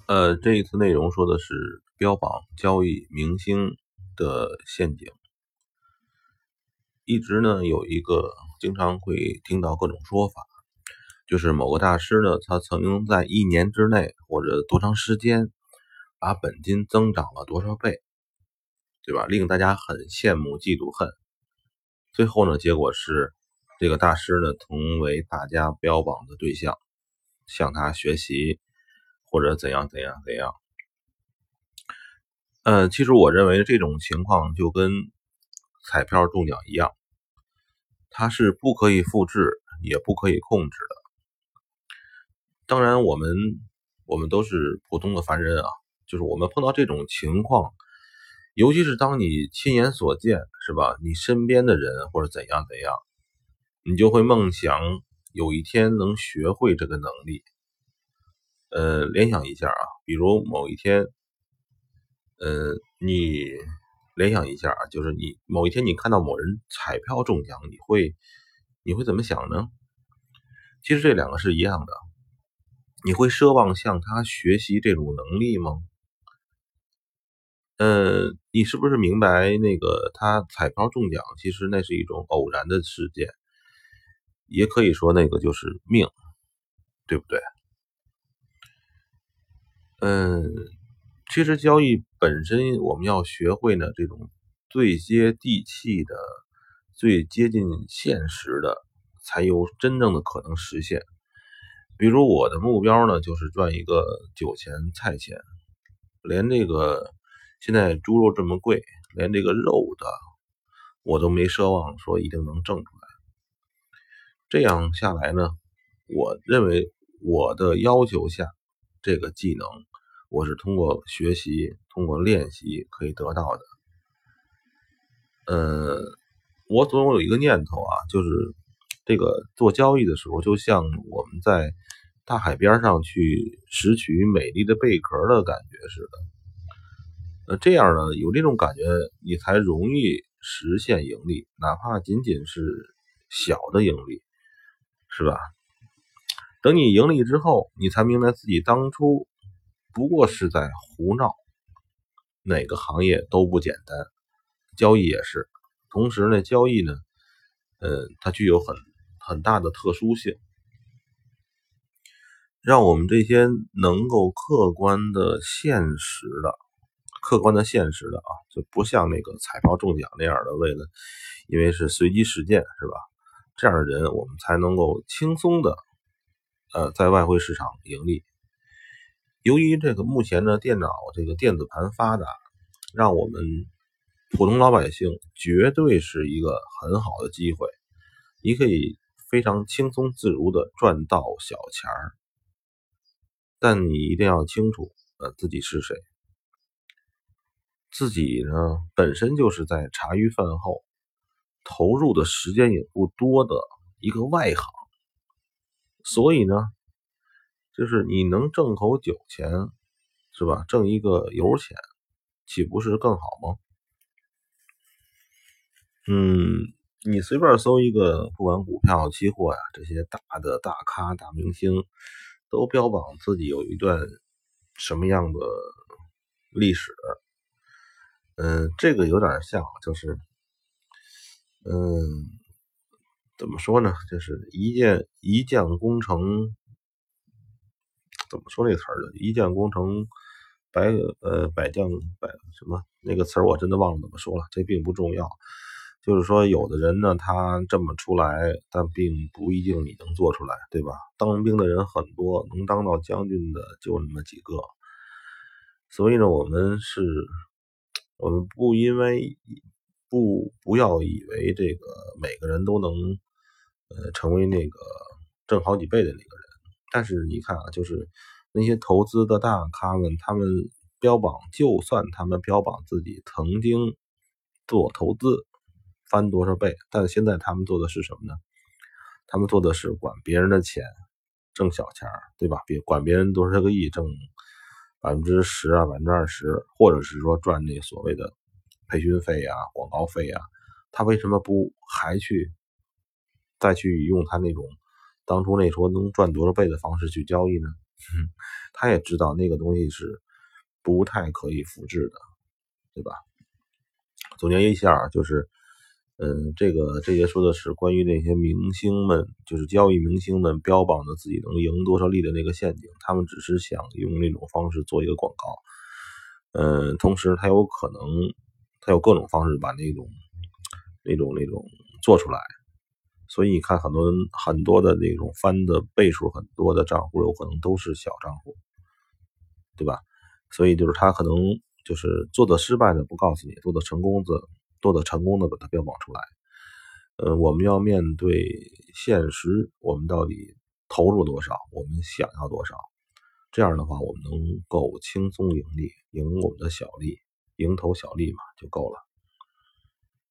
这一次内容说的是标榜交易明星的陷阱。一直呢有一个经常会听到各种说法，就是某个大师呢，他曾经在1年之内或者多长时间把本金增长了多少倍，对吧？令大家很羡慕、嫉妒、恨。最后呢，结果是这个大师呢成为大家标榜的对象，向他学习或者怎样怎样怎样。其实我认为这种情况就跟彩票中奖一样，它是不可以复制也不可以控制的。当然我们都是普通的凡人啊，就是我们碰到这种情况，尤其是当你亲眼所见，是吧？你身边的人或者怎样怎样，你就会梦想有一天能学会这个能力。联想一下啊，比如某一天你联想一下啊，就是你某一天你看到某人彩票中奖，你会怎么想呢？其实这两个是一样的，你会奢望向他学习这种能力吗？你是不是明白那个他彩票中奖，其实那是一种偶然的事件，也可以说那个就是命，对不对？其实交易本身我们要学会呢这种最接地气的、最接近现实的，才有真正的可能实现。比如我的目标呢，就是赚一个酒钱、菜钱，连这个现在猪肉这么贵，连这个肉的我都没奢望说一定能挣出来。这样下来呢，我认为我的要求下，这个技能我是通过学习、通过练习可以得到的。我总有一个念头啊，就是这个做交易的时候，就像我们在大海边上去拾取美丽的贝壳的感觉似的。这样呢，有这种感觉，你才容易实现盈利，哪怕仅仅是小的盈利，是吧？等你盈利之后，你才明白自己当初不过是在胡闹。哪个行业都不简单，交易也是。同时呢，交易呢，它具有很大的特殊性，让我们这些能够客观的现实的啊，就不像那个彩票中奖那样的，因为是随机事件，是吧？这样的人，我们才能够轻松的在外汇市场盈利。由于这个目前的电子盘发达，让我们普通老百姓绝对是一个很好的机会，你可以非常轻松自如的赚到小钱儿。但你一定要清楚自己是谁，自己呢本身就是在茶余饭后投入的时间也不多的一个外行，所以呢就是你能挣口酒钱，是吧？挣一个油钱，岂不是更好吗？你随便搜一个，不管股票、期货呀，这些大咖、大明星，都标榜自己有一段什么样的历史。这个有点像，就是嗯，怎么说呢？就是一将功成，怎么说那个词儿的？一将功成，百将什么那个词儿我真的忘了怎么说了，这并不重要。就是说，有的人呢，他这么出来，但并不一定你能做出来，对吧？当兵的人很多，能当到将军的就那么几个。所以呢，我们不要以为这个每个人都能成为那个挣好几倍的那个人。但是你看啊，就是那些投资的大咖们，就算他们标榜自己曾经做投资翻多少倍，但现在他们做的是什么呢？他们做的是管别人的钱挣小钱，对吧？管别人多少个亿挣10%啊20%，或者是说赚那所谓的培训费啊广告费啊，他为什么不再去用他那种当初那时候能赚多少倍的方式去交易呢？ 他也知道那个东西是不太可以复制的，对吧？总结一下，就是这节说的是关于那些明星们，就是交易明星们标榜的自己能赢多少利的那个陷阱，他们只是想用那种方式做一个广告。同时他有可能他有各种方式把那种做出来，所以你看很多的那种翻的倍数很多的账户有可能都是小账户，对吧？所以就是他可能就是做的失败的不告诉你，做的成功的把它标榜出来。我们要面对现实，我们到底投入多少，我们想要多少，这样的话我们能够轻松盈利，赢我们的小利，蝇头小利嘛就够了。